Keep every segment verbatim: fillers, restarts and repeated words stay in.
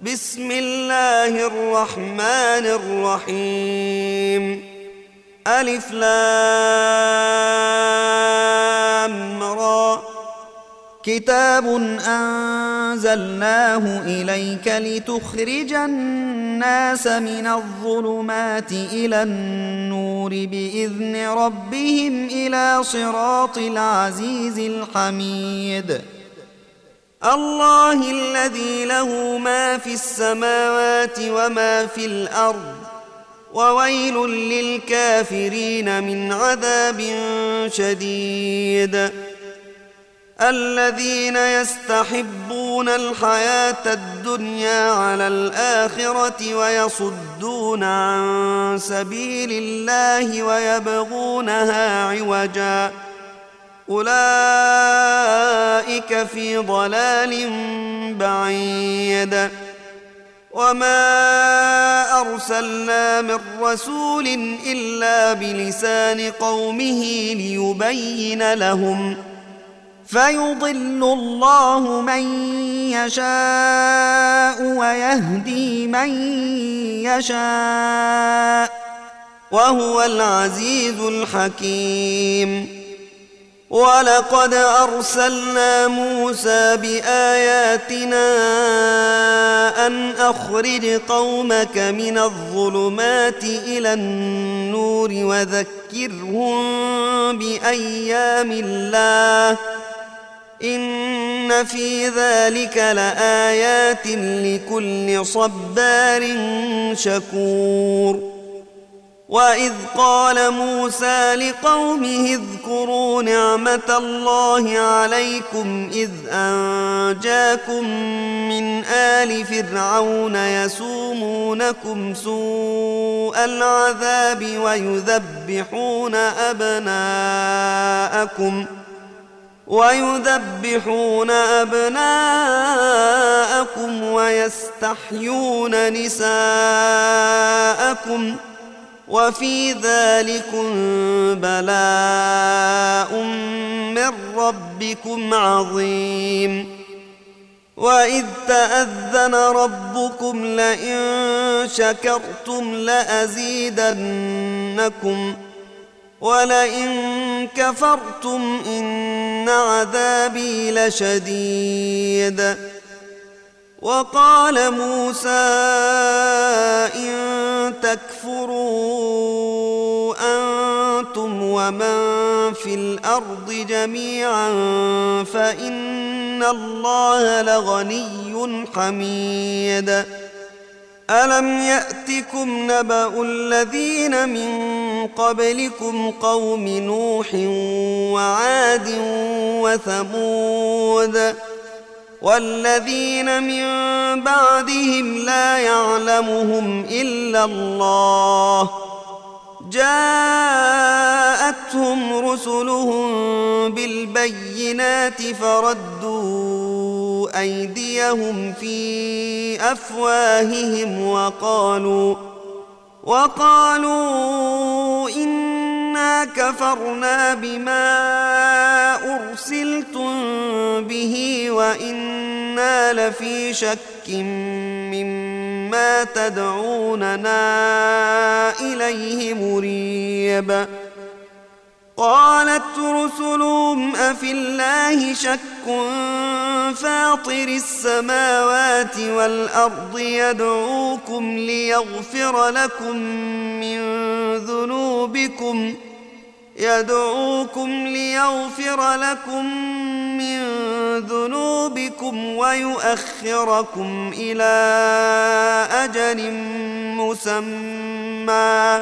بسم الله الرحمن الرحيم. ألف لام را. كتاب أنزلناه إليك لتخرج الناس من الظلمات إلى النور بإذن ربهم إلى صراط العزيز الحميد. الله الذي له ما في السماوات وما في الأرض، وويل للكافرين من عذاب شديد. الذين يستحبون الحياة الدنيا على الآخرة ويصدون عن سبيل الله ويبغونها عوجا، أولئك في ضلال بعيد. وما أرسلنا من رسول إلا بلسان قومه ليبين لهم، فيضل الله من يشاء ويهدي من يشاء، وهو العزيز الحكيم. ولقد أرسلنا موسى بآياتنا أن أخرج قومك من الظلمات إلى النور وذكرهم بأيام الله، إن في ذلك لآيات لكل صبار شكور. وإذ قال موسى لقومه اذكروا نعمة الله عليكم إذ أنجاكم من آل فرعون يسومونكم سوء العذاب ويذبحون أبناءكم ويذبحون أبناءكم ويستحيون نساءكم، وفي ذلكم بلاء من ربكم عظيم. وإذ تأذن ربكم لئن شكرتم لأزيدنكم ولئن كفرتم إن عذابي لشديد. وقال موسى إن تكفروا أنتم ومن في الأرض جميعا فإن الله لغني حميد. ألم يأتكم نبأ الذين من قبلكم قوم نوح وعاد وثمود والذين من بعدهم لا يعلمهم إلا الله، جاءتهم رسلهم بالبينات فردوا أيديهم في أفواههم وقالوا وقالوا إنا كفرنا بما أرسلتم به وإنا لفي شك مما تدعوننا إليه مريب. قالت رسلهم أفي الله شك فاطر السماوات والأرض يدعوكم ليغفر لكم من ذنوبكم يدعوكم ليغفر لكم من ذنوبكم ويؤخركم إلى أجل مسمى.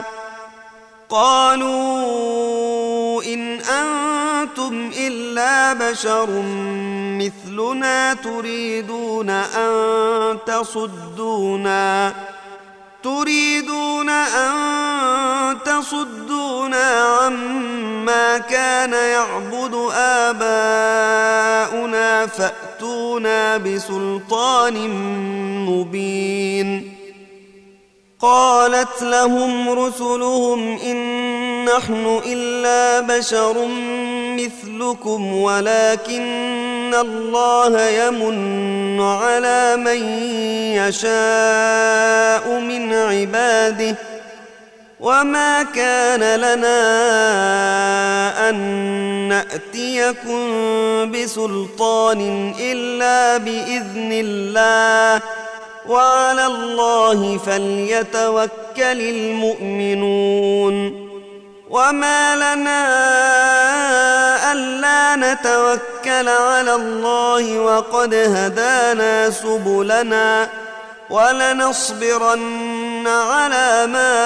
قالوا إن أنتم إلا بشر مثلنا تريدون أن تصدونا تريدون أن تصدونا عما كان يعبد آباؤنا فأتونا بسلطان مبين. قالت لهم رسلهم إن نحن إلا بشر مثلكم ولكن إن الله يمن على من يشاء من عباده وما كان لنا أن نأتيكم بسلطان إلا بإذن الله وعلى الله فليتوكل المؤمنون وما لنا ألا نتوكل على الله وقد هدانا سبلنا ولنصبرن على ما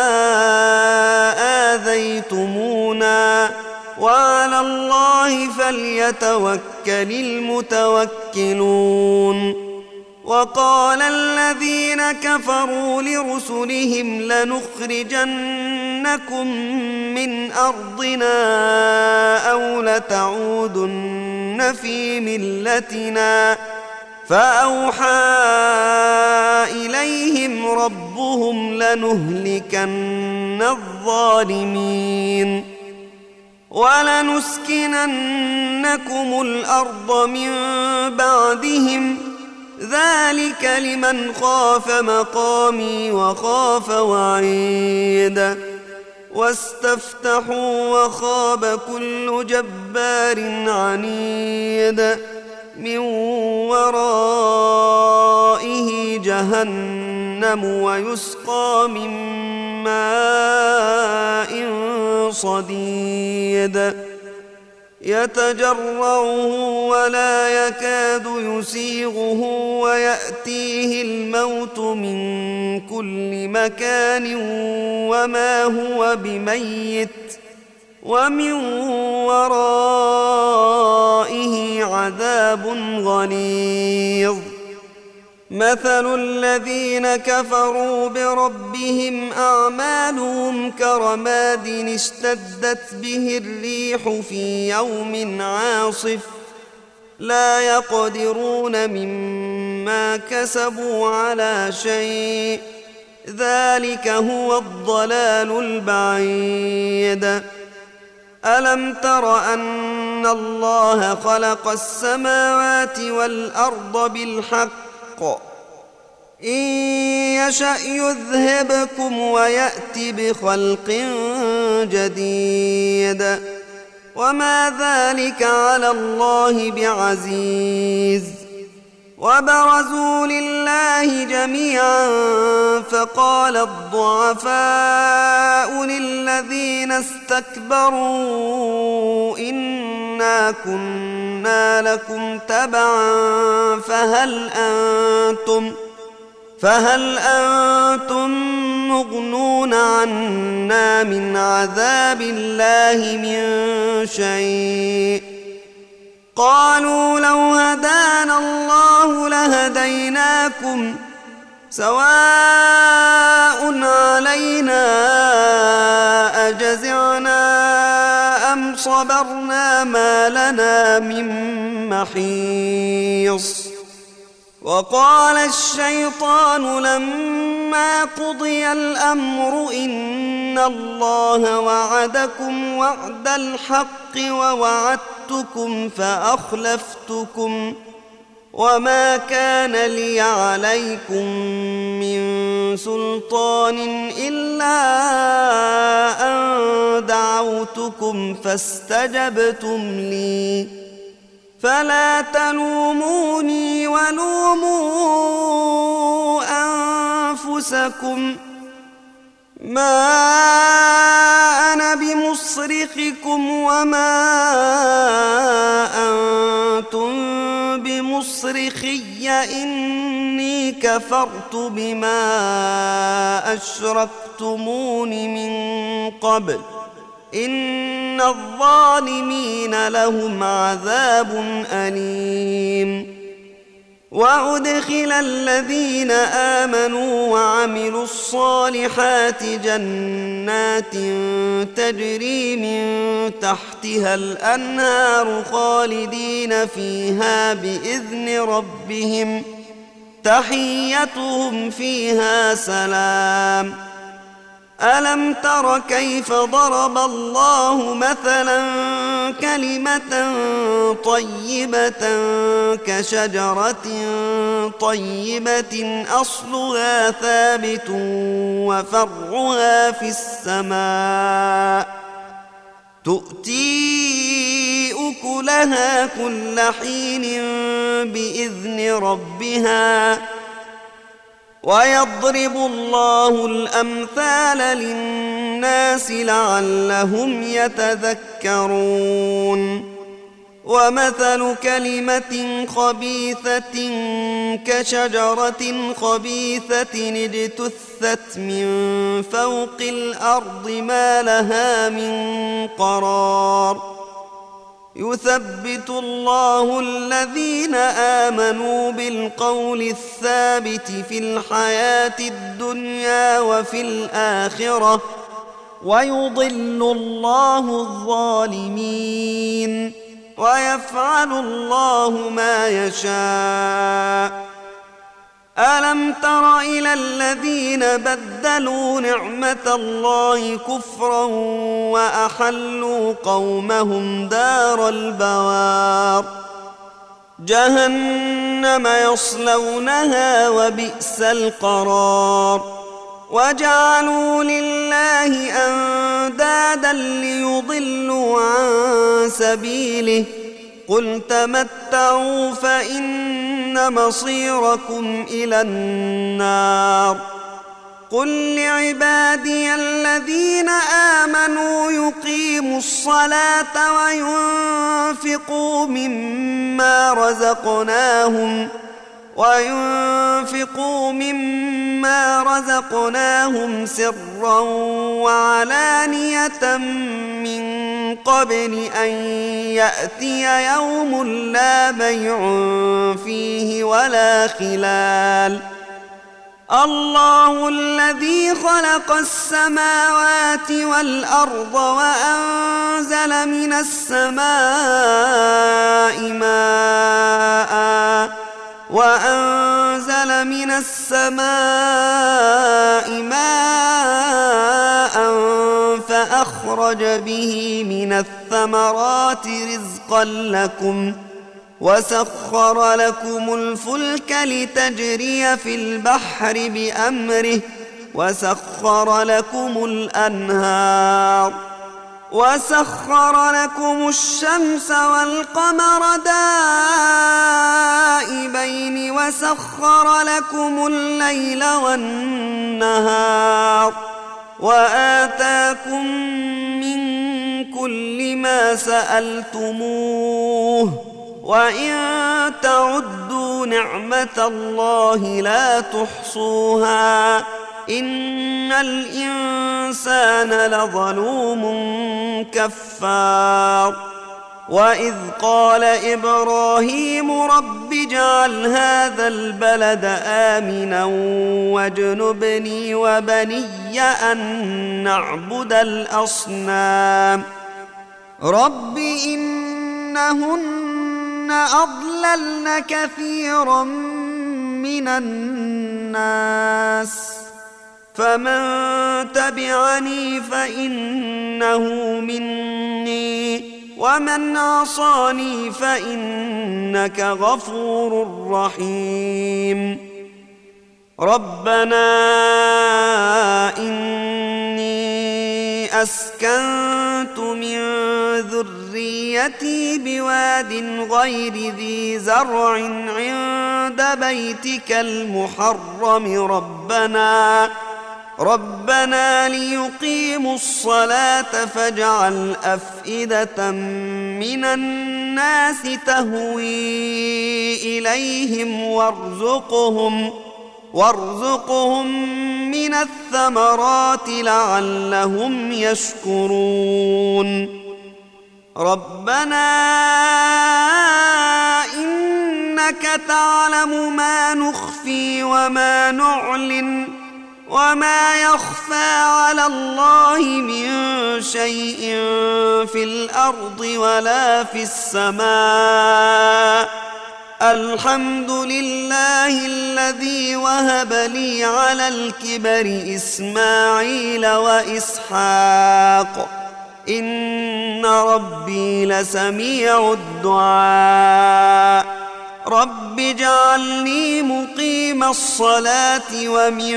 آذيتمونا وعلى الله فليتوكل المتوكلون وقال الذين كفروا لرسلهم لنخرجنكم من أرضنا أو لتعودن في ملتنا فأوحى إليهم ربهم لنهلكن الظالمين ولنسكننكم الأرض من بعدهم ذلك لمن خاف مقامي وخاف وعيد واستفتحوا وخاب كل جبار عنيد من ورائه جهنم ويسقى من ماء صديد يتجرعه ولا يكاد يسيغه ويأتيه الموت من كل مكان وما هو بميت ومن ورائه عذاب غليظ مثل الذين كفروا بربهم أعمالهم كرماد اشتدت به الريح في يوم عاصف لا يقدرون مما كسبوا على شيء ذلك هو الضلال البعيد ألم تر أن الله خلق السماوات والأرض بالحق إن يشأ يذهبكم ويأت بخلق جديد وما ذلك على الله بعزيز وبرزوا لله جميعا فقال الضعفاء للذين استكبروا إنا كنا لكم تبعا فهل أنتم فهل أنتم مغنون عنا من عذاب الله من شيء قالوا لو هدانا الله لهديناكم سواء علينا أجزعنا أم صبرنا ما لنا من محيص وقال الشيطان لما قضي الأمر إن الله وعدكم وعد الحق ووعدتكم فأخلفتكم وما كان لي عليكم من سلطان إلا أن دعوتكم فاستجبتم لي فلا تلوموني ولوموا أنفسكم ما أنا بمصرخكم وما أنتم بمصرخي إني كفرت بما أشركتمون من قبل إن الظالمين لهم عذاب أليم وأدخل الذين آمنوا وعملوا الصالحات جنات تجري من تحتها الأنهار خالدين فيها بإذن ربهم تحيتهم فيها سلام ألم تر كيف ضرب الله مثلا كلمة طيبة كشجرة طيبة أصلها ثابت وفرعها في السماء تؤتي أكلها كل حين بإذن ربها ويضرب الله الأمثال للناس لعلهم يتذكرون ومثل كلمة خبيثة كشجرة خبيثة اجتثت من فوق الأرض ما لها من قرار يثبت الله الذين آمنوا بالقول الثابت في الحياة الدنيا وفي الآخرة ويضل الله الظالمين ويفعل الله ما يشاء ألم تر إلى الذين بدلوا نعمة الله كفرا وأحلوا قومهم دار البوار جهنم يصلونها وبئس القرار وجعلوا لله أندادا ليضلوا عن سبيله قل تمتعوا فإن مصيركم إلى النار قل لعبادي الذين آمنوا يقيموا الصلاة وينفقوا مما رزقناهم وينفقوا مما رزقناهم سرا وعلانية من قبل أن يأتي يوم لا بيع فيه ولا خلال الله الذي خلق السماوات والأرض وأنزل من السماء ماء وأنزل من السماء ماء فأخرج به من الثمرات رزقا لكم وسخر لكم الفلك لتجري في البحر بأمره وسخر لكم الأنهار وسخر لكم الشمس والقمر دائبين وسخر لكم الليل والنهار وآتاكم من كل ما سألتموه وإن تعدوا نعمة الله لا تحصوها إن الإنسان لظلوم كفار وإذ قال إبراهيم رب اجعل هذا البلد آمنا واجنبني وبني أن نعبد الأصنام رب إنهن أضللن كثيرا من الناس فمن تبعني فإنه مني ومن عصاني فإنك غفور رحيم ربنا إني أسكنت من ذريتي بواد غير ذي زرع عند بيتك المحرم ربنا ربنا ليقيموا الصلاة فاجعل أفئدة من الناس تهوي إليهم وارزقهم وارزقهم من الثمرات لعلهم يشكرون ربنا إنك تعلم ما نخفي وما نعلن وما يخفى على الله من شيء في الأرض ولا في السماء الحمد لله الذي وهب لي على الكبر إسماعيل وإسحاق إن ربي لسميع الدعاء رب اجعلني مقيم الصلاة ومن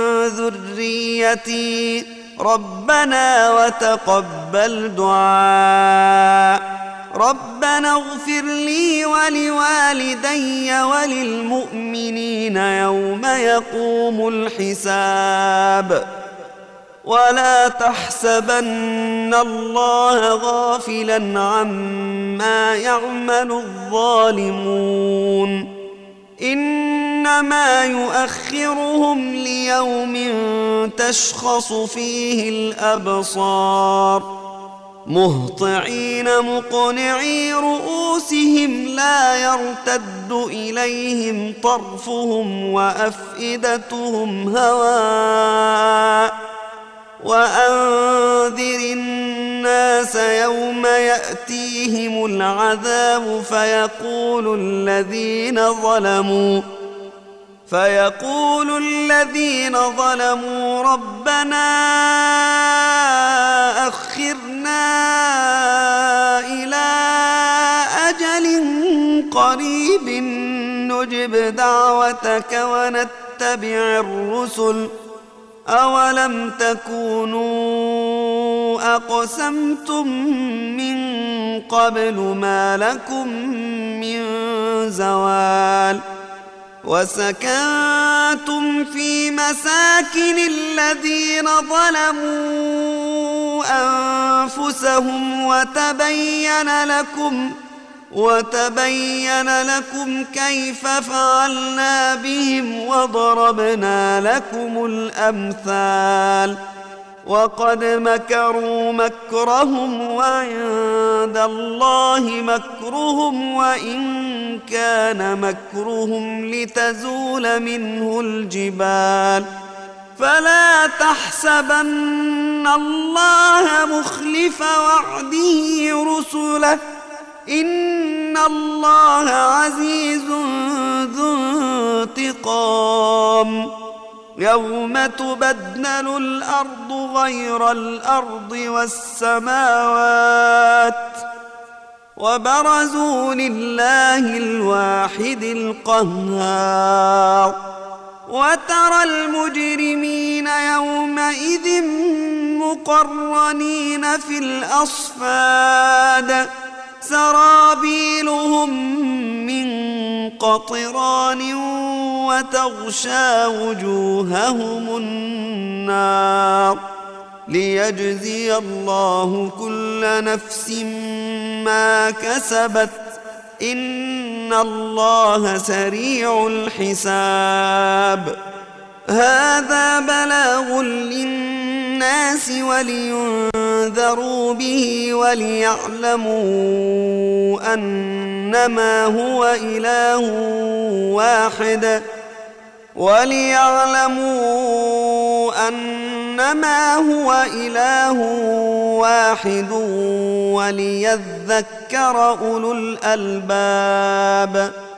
ذريتي ربنا وتقبل دعاء ربنا اغفر لي ولوالدي وللمؤمنين يوم يقوم الحساب ولا تحسبن الله غافلا عما يعمل الظالمون إنما يؤخرهم ليوم تشخص فيه الأبصار مهطعين مقنعي رؤوسهم لا يرتد إليهم طرفهم وأفئدتهم هواء وأنذر الناس يوم يأتيهم العذاب فيقول الذين ظلموا فيقول الذين ظلموا ربنا أخرنا إلى أجل قريب نجب دعوتك ونتبع الرسل أولم تكونوا أقسمتم من قبل ما لكم من زوال وسكنتم في مساكن الذين ظلموا أنفسهم وتبين لكم وتبين لكم كيف فعلنا بهم وضربنا لكم الأمثال وقد مكروا مكرهم وعند الله مكرهم وإن كان مكرهم لتزول منه الجبال فلا تحسبن الله مخلف وعده رسله إن الله عزيز ذو انتقام يوم تبدل الأرض غير الأرض والسماوات وبرزوا لله الواحد القهار وترى المجرمين يومئذ مقرنين في الأصفاد سرابيلهم من قطران وتغشى وجوههم النار ليجزي الله كل نفس ما كسبت إن الله سريع الحساب هذا بلاغ للناس ولينذروا به وليعلموا أنما هو إله واحد وليعلموا أنما هو إله واحد وليذكر أولو الألباب